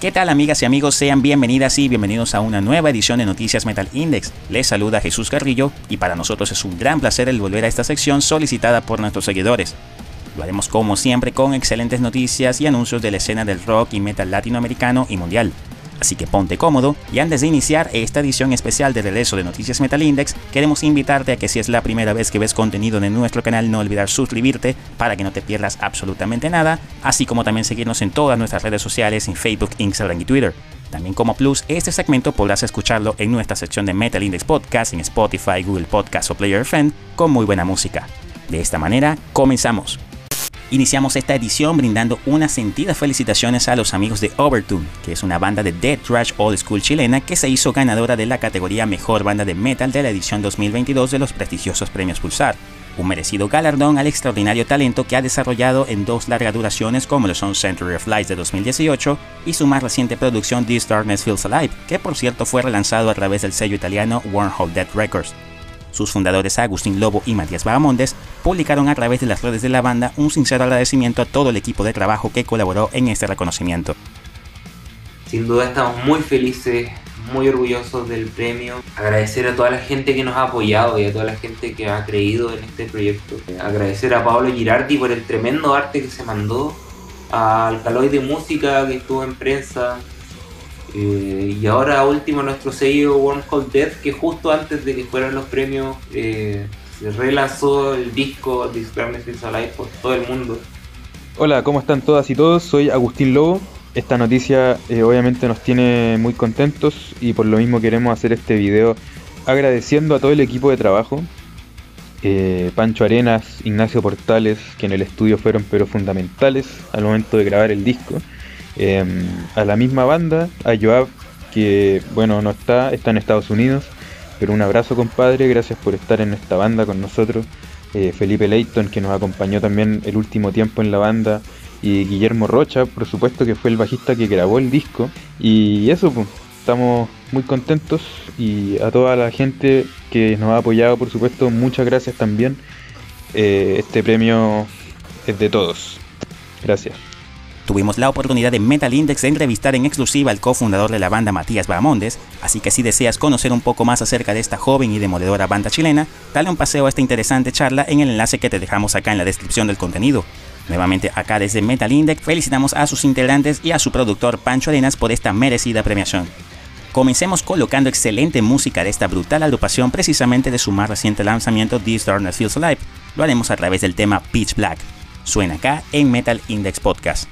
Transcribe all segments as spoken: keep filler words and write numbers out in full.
¿Qué tal, amigas y amigos? Sean bienvenidas y bienvenidos a una nueva edición de Noticias Metal Index. Les saluda Jesús Carrillo y para nosotros es un gran placer el volver a esta sección solicitada por nuestros seguidores. Lo haremos como siempre con excelentes noticias y anuncios de la escena del rock y metal latinoamericano y mundial. Así que ponte cómodo y antes de iniciar esta edición especial de regreso de Noticias Metal Index, queremos invitarte a que si es la primera vez que ves contenido de nuestro canal, no olvidar suscribirte para que no te pierdas absolutamente nada, así como también seguirnos en todas nuestras redes sociales en Facebook, Instagram y Twitter. También como plus, este segmento podrás escucharlo en nuestra sección de Metal Index Podcast en Spotify, Google Podcast o Player F M con muy buena música. De esta manera, comenzamos. Iniciamos esta edición brindando unas sentidas felicitaciones a los amigos de Overtune, que es una banda de death thrash old school chilena que se hizo ganadora de la categoría Mejor Banda de Metal de la edición dos mil veintidós de los prestigiosos premios Pulsar. Un merecido galardón al extraordinario talento que ha desarrollado en dos largas duraciones como lo son Century of Lies de dos mil dieciocho y su más reciente producción This Darkness Feels Alive, que por cierto fue relanzado a través del sello italiano Wormhole Death Records. Sus fundadores Agustín Lobo y Matías Bahamondes publicaron a través de las redes de la banda un sincero agradecimiento a todo el equipo de trabajo que colaboró en este reconocimiento. Sin duda estamos muy felices, muy orgullosos del premio. Agradecer a toda la gente que nos ha apoyado y a toda la gente que ha creído en este proyecto. Agradecer a Paolo Girardi por el tremendo arte que se mandó, a Alcaloide Música que estuvo en prensa, Eh, y ahora último nuestro sello Wormhole Death, que justo antes de que fueran los premios eh, se relanzó el disco This Darkness Feels Alive por todo el mundo. Hola, ¿cómo están todas y todos? Soy Agustín Lobo. Esta noticia eh, obviamente nos tiene muy contentos y por lo mismo queremos hacer este video agradeciendo a todo el equipo de trabajo, eh, Pancho Arenas, Ignacio Portales, que en el estudio fueron pero fundamentales al momento de grabar el disco. Eh, a la misma banda, a Joab, que bueno, no está, está en Estados Unidos, pero un abrazo, compadre, gracias por estar en esta banda con nosotros. eh, Felipe Leighton, que nos acompañó también el último tiempo en la banda, y Guillermo Rocha, por supuesto, que fue el bajista que grabó el disco. Y eso, pues, estamos muy contentos, y a toda la gente que nos ha apoyado, por supuesto, muchas gracias también. Eh, este premio es de todos. Gracias. Tuvimos la oportunidad de Metal Index de entrevistar en exclusiva al cofundador de la banda, Matías Bahamondes, así que si deseas conocer un poco más acerca de esta joven y demoledora banda chilena, dale un paseo a esta interesante charla en el enlace que te dejamos acá en la descripción del contenido. Nuevamente acá desde Metal Index felicitamos a sus integrantes y a su productor Pancho Arenas por esta merecida premiación. Comencemos colocando excelente música de esta brutal agrupación precisamente de su más reciente lanzamiento This Darkness Feels Alive. Lo haremos a través del tema Pitch Black. Suena acá en Metal Index Podcast.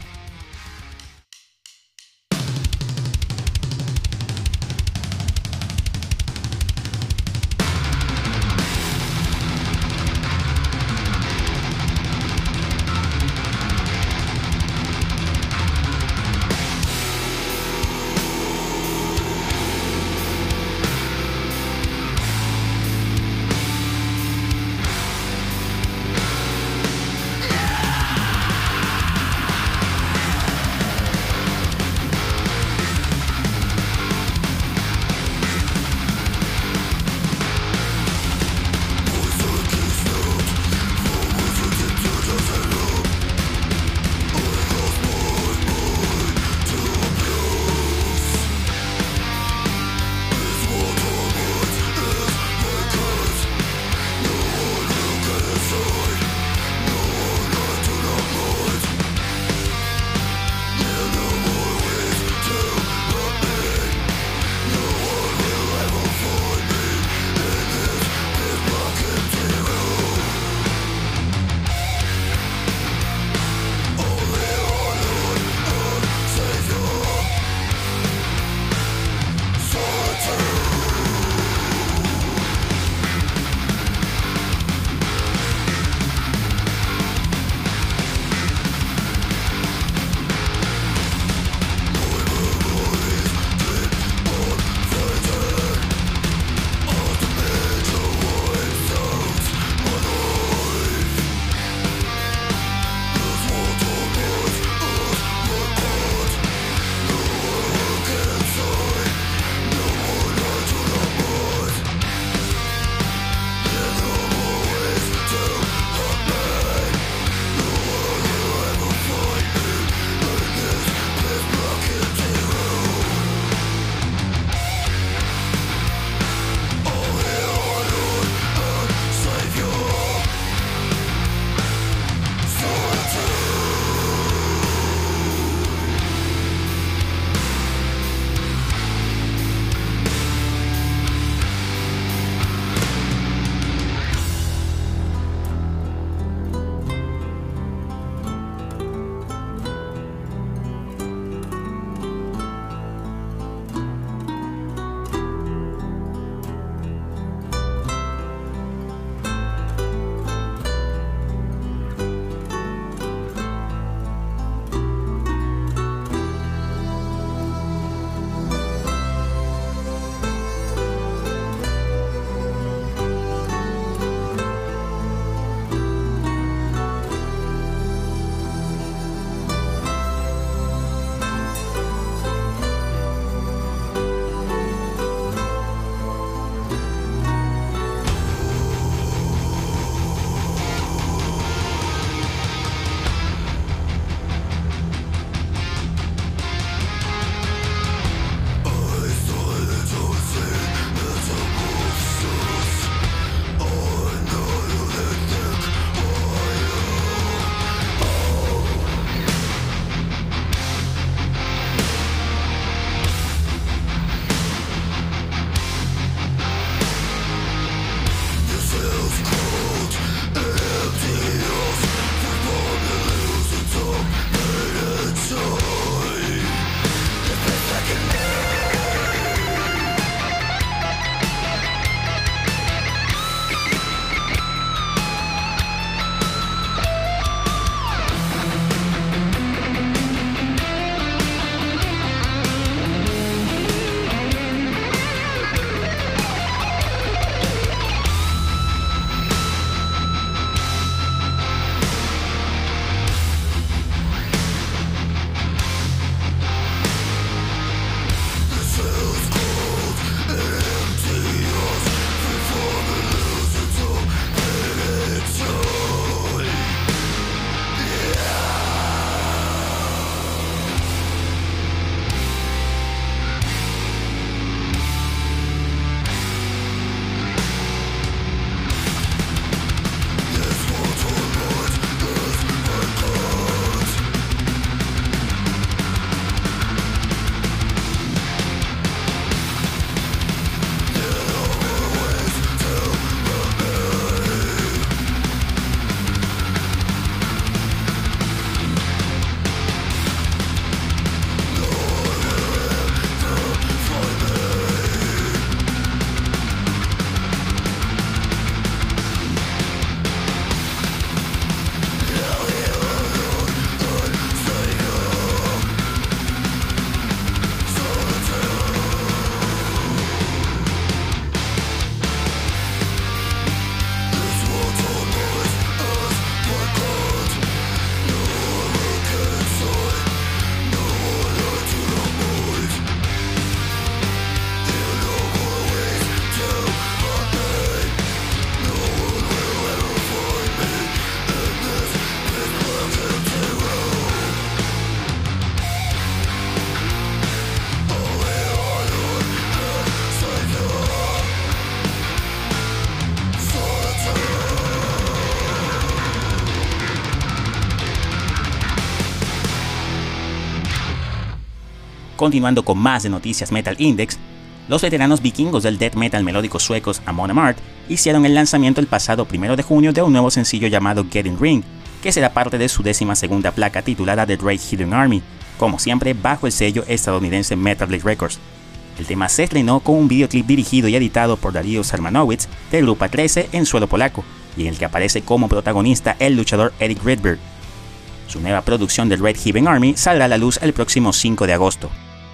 Continuando con más de Noticias Metal Index, los veteranos vikingos del death metal melódico suecos Amon Amarth hicieron el lanzamiento el pasado primero de junio de un nuevo sencillo llamado Getting Ring, que será parte de su décima segunda placa titulada The Great Hidden Army, como siempre bajo el sello estadounidense Metal Blade Records. El tema se estrenó con un videoclip dirigido y editado por Dariusz Armanowicz de Grupa trece en suelo polaco, y en el que aparece como protagonista el luchador Eric Rydberg. Su nueva producción The Red Hidden Army saldrá a la luz el próximo cinco de agosto.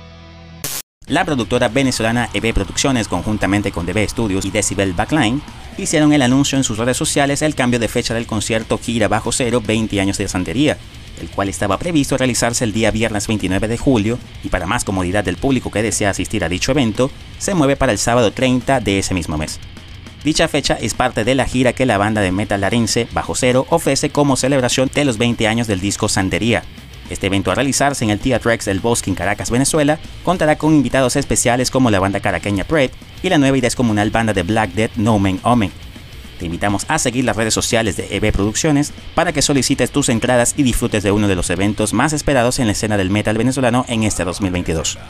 La productora venezolana E B Producciones, conjuntamente con D B Studios y Decibel Backline, hicieron el anuncio en sus redes sociales el cambio de fecha del concierto Gira Bajo Cero veinte años de Santería, el cual estaba previsto realizarse el día viernes veintinueve de julio, y para más comodidad del público que desea asistir a dicho evento, se mueve para el sábado treinta de ese mismo mes. Dicha fecha es parte de la gira que la banda de metal larense Bajo Cero ofrece como celebración de los veinte años del disco Santería. Este evento, a realizarse en el Teatro Rex del Bosque en Caracas, Venezuela, contará con invitados especiales como la banda caraqueña Pred y la nueva y descomunal banda de Black Death No Man Omen. Te invitamos a seguir las redes sociales de E B Producciones para que solicites tus entradas y disfrutes de uno de los eventos más esperados en la escena del metal venezolano en este dos mil veintidós.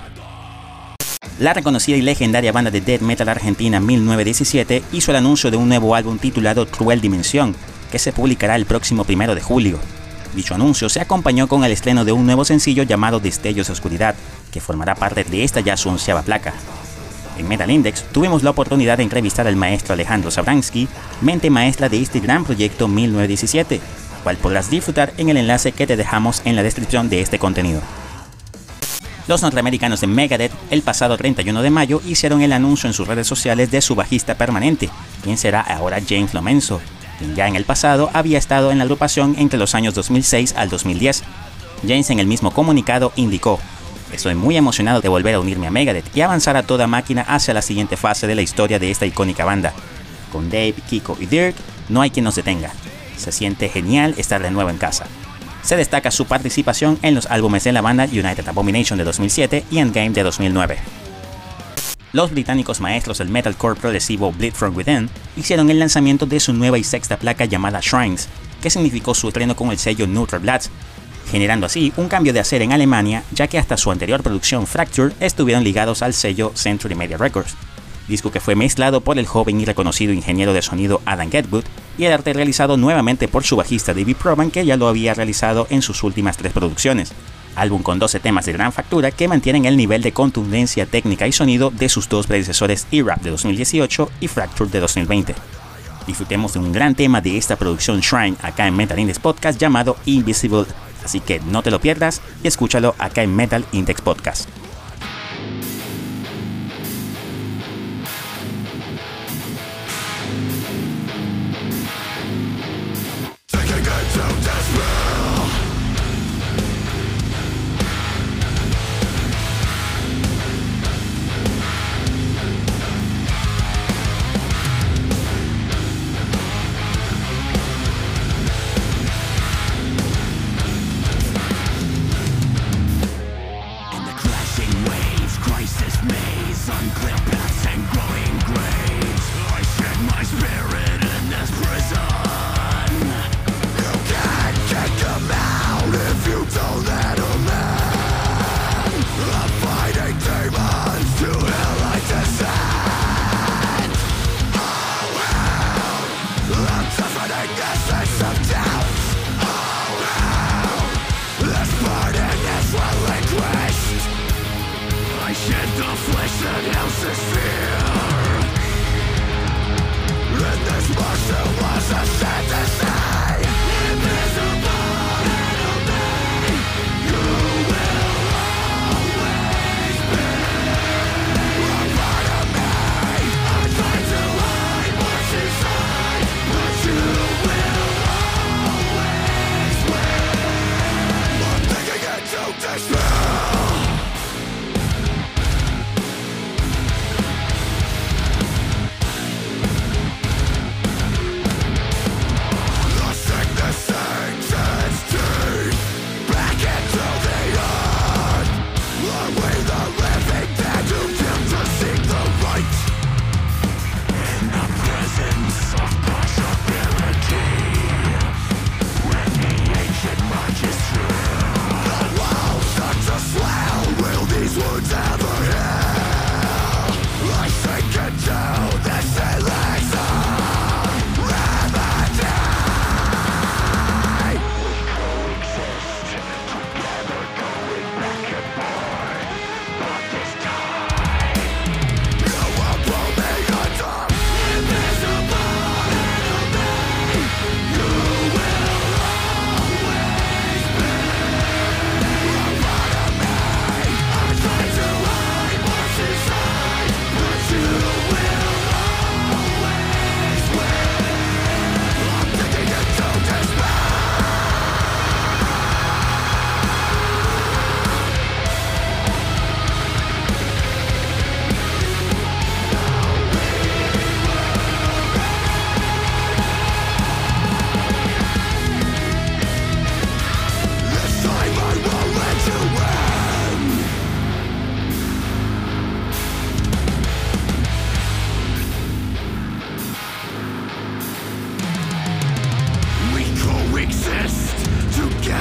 La reconocida y legendaria banda de death metal argentina mil novecientos diecisiete hizo el anuncio de un nuevo álbum titulado Cruel Dimensión, que se publicará el próximo primero de julio. Dicho anuncio se acompañó con el estreno de un nuevo sencillo llamado Destellos de Oscuridad, que formará parte de esta ya su onceava placa. En Metal Index tuvimos la oportunidad de entrevistar al maestro Alejandro Sabransky, mente maestra de este gran proyecto mil novecientos diecisiete, cual podrás disfrutar en el enlace que te dejamos en la descripción de este contenido. Los norteamericanos de Megadeth el pasado treinta y uno de mayo hicieron el anuncio en sus redes sociales de su bajista permanente, quien será ahora James Lomenzo, quien ya en el pasado había estado en la agrupación entre los años dos mil seis al dos mil diez. James en el mismo comunicado indicó: "Estoy muy emocionado de volver a unirme a Megadeth y avanzar a toda máquina hacia la siguiente fase de la historia de esta icónica banda. Con Dave, Kiko y Dirk no hay quien nos detenga. Se siente genial estar de nuevo en casa". Se destaca su participación en los álbumes de la banda United Abomination de dos mil siete y Endgame de dos mil nueve. Los británicos maestros del metalcore progresivo Bleed From Within hicieron el lanzamiento de su nueva y sexta placa llamada Shrines, que significó su estreno con el sello Neutral Bloods, generando así un cambio de hacer en Alemania, ya que hasta su anterior producción Fracture estuvieron ligados al sello Century Media Records, disco que fue mezclado por el joven y reconocido ingeniero de sonido Adam Getwood y el arte realizado nuevamente por su bajista David Proban, que ya lo había realizado en sus últimas tres producciones. Álbum con doce temas de gran factura que mantienen el nivel de contundencia técnica y sonido de sus dos predecesores E-Rap de dos mil dieciocho y Fracture de dos mil veinte. Disfrutemos de un gran tema de esta producción Shrine acá en Metal Index Podcast llamado Invisible, así que no te lo pierdas y escúchalo acá en Metal Index Podcast.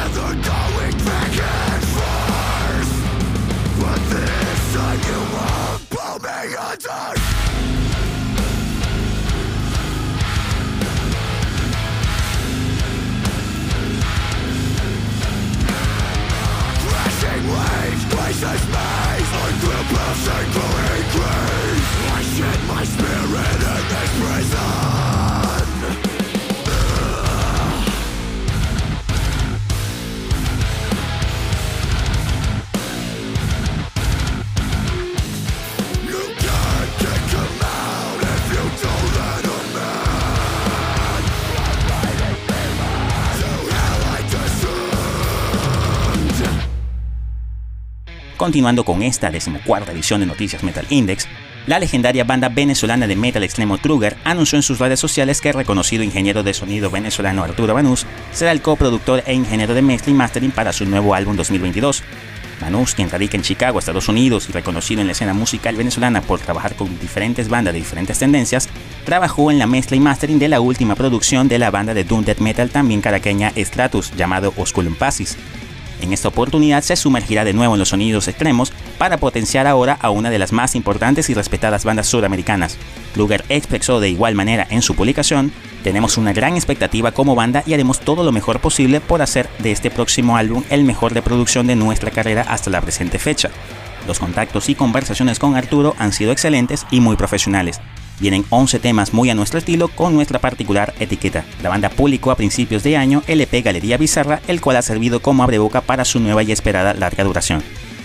Continuando con esta decimocuarta edición de Noticias Metal Index, la legendaria banda venezolana de metal extremo Kruger anunció en sus redes sociales que el reconocido ingeniero de sonido venezolano Arturo Banús será el coproductor e ingeniero de mezcla y mastering para su nuevo álbum dos mil veintidós. Banús, quien radica en Chicago, Estados Unidos y reconocido en la escena musical venezolana por trabajar con diferentes bandas de diferentes tendencias, trabajó en la mezcla y mastering de la última producción de la banda de doom death metal también caraqueña Stratus, llamado Osculum Passis. En esta oportunidad se sumergirá de nuevo en los sonidos extremos para potenciar ahora a una de las más importantes y respetadas bandas sudamericanas. Kruger expresó de igual manera en su publicación: tenemos una gran expectativa como banda y haremos todo lo mejor posible por hacer de este próximo álbum el mejor de producción de nuestra carrera hasta la presente fecha. Los contactos y conversaciones con Arturo han sido excelentes y muy profesionales. Vienen once temas muy a nuestro estilo con nuestra particular etiqueta. La banda publicó a principios de año el E P Galería Bizarra, el cual ha servido como abreboca para su nueva y esperada larga duración.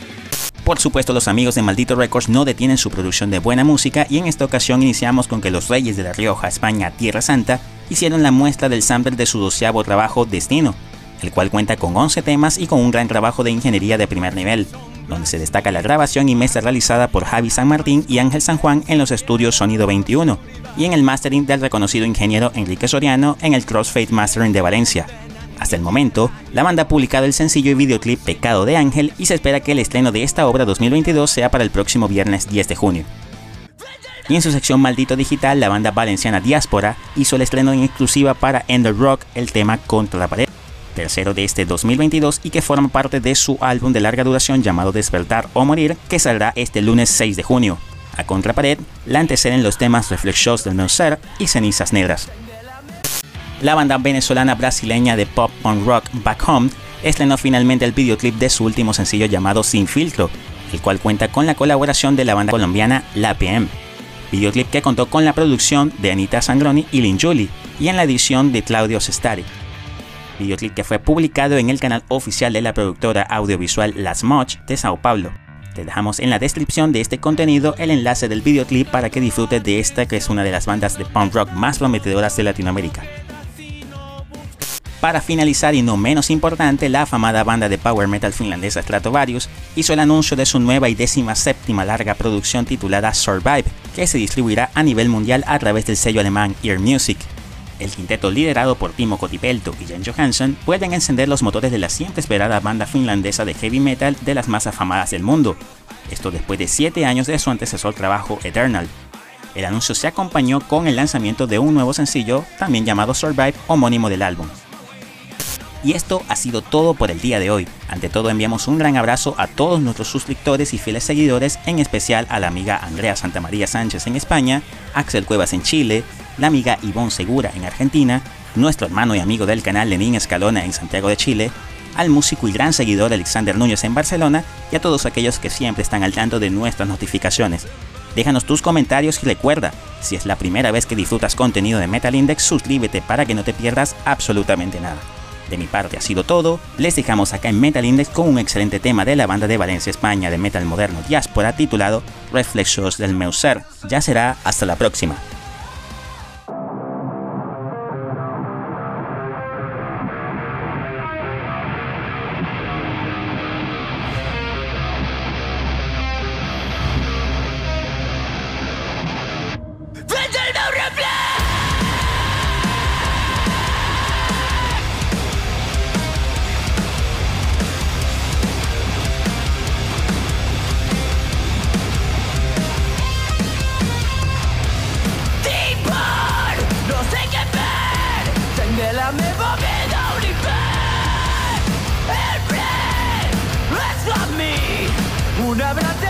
Por supuesto, los amigos de Maldito Records no detienen su producción de buena música y en esta ocasión iniciamos con que los Reyes de La Rioja, España, Tierra Santa, hicieron la muestra del sample de su doceavo trabajo Destino, el cual cuenta con once temas y con un gran trabajo de ingeniería de primer nivel, donde se destaca la grabación y mezcla realizada por Javi San Martín y Ángel San Juan en los estudios Sonido veintiuno, y en el mastering del reconocido ingeniero Enrique Soriano en el Crossfade Mastering de Valencia. Hasta el momento, la banda ha publicado el sencillo y videoclip Pecado de Ángel y se espera que el estreno de esta obra dos mil veintidós sea para el próximo viernes diez de junio. Y en su sección Maldito Digital, la banda valenciana Diáspora hizo el estreno en exclusiva para Ender Rock el tema Contra la Pared, tercero de este dos mil veintidós y que forma parte de su álbum de larga duración llamado Despertar o Morir, que saldrá este lunes seis de junio. A contrapared la anteceden los temas Reflexos del Meu Ser y Cenizas Negras. La banda venezolana brasileña de pop punk rock Back Home estrenó finalmente el videoclip de su último sencillo llamado Sin Filtro, el cual cuenta con la colaboración de la banda colombiana La P M. Videoclip que contó con la producción de Anita Sangroni y Lin Julie y en la edición de Claudio Sestari. Videoclip que fue publicado en el canal oficial de la productora audiovisual Las Moch de Sao Paulo. Te dejamos en la descripción de este contenido el enlace del videoclip para que disfrutes de esta, que es una de las bandas de punk rock más prometedoras de Latinoamérica. Para finalizar y no menos importante, la afamada banda de power metal finlandesa Stratovarius hizo el anuncio de su nueva y décima séptima larga producción titulada Survive, que se distribuirá a nivel mundial a través del sello alemán Ear Music. El quinteto liderado por Timo Kotipelto y Jan Johansson vuelven a encender los motores de la siempre esperada banda finlandesa de heavy metal de las más afamadas del mundo. Esto después de siete años de su antecesor trabajo Eternal. El anuncio se acompañó con el lanzamiento de un nuevo sencillo, también llamado Survive, homónimo del álbum. Y esto ha sido todo por el día de hoy. Ante todo, enviamos un gran abrazo a todos nuestros suscriptores y fieles seguidores, en especial a la amiga Andrea Santamaría Sánchez en España, Axel Cuevas en Chile, la amiga Ivonne Segura en Argentina, nuestro hermano y amigo del canal Lenín Escalona en Santiago de Chile, al músico y gran seguidor Alexander Núñez en Barcelona y a todos aquellos que siempre están al tanto de nuestras notificaciones. Déjanos tus comentarios y recuerda, si es la primera vez que disfrutas contenido de Metal Index, suscríbete para que no te pierdas absolutamente nada. De mi parte ha sido todo, les dejamos acá en Metal Index con un excelente tema de la banda de Valencia, España de metal moderno Diáspora titulado Reflexos del Meu Ser. Ya será hasta la próxima. La meva vida univers un abrazo.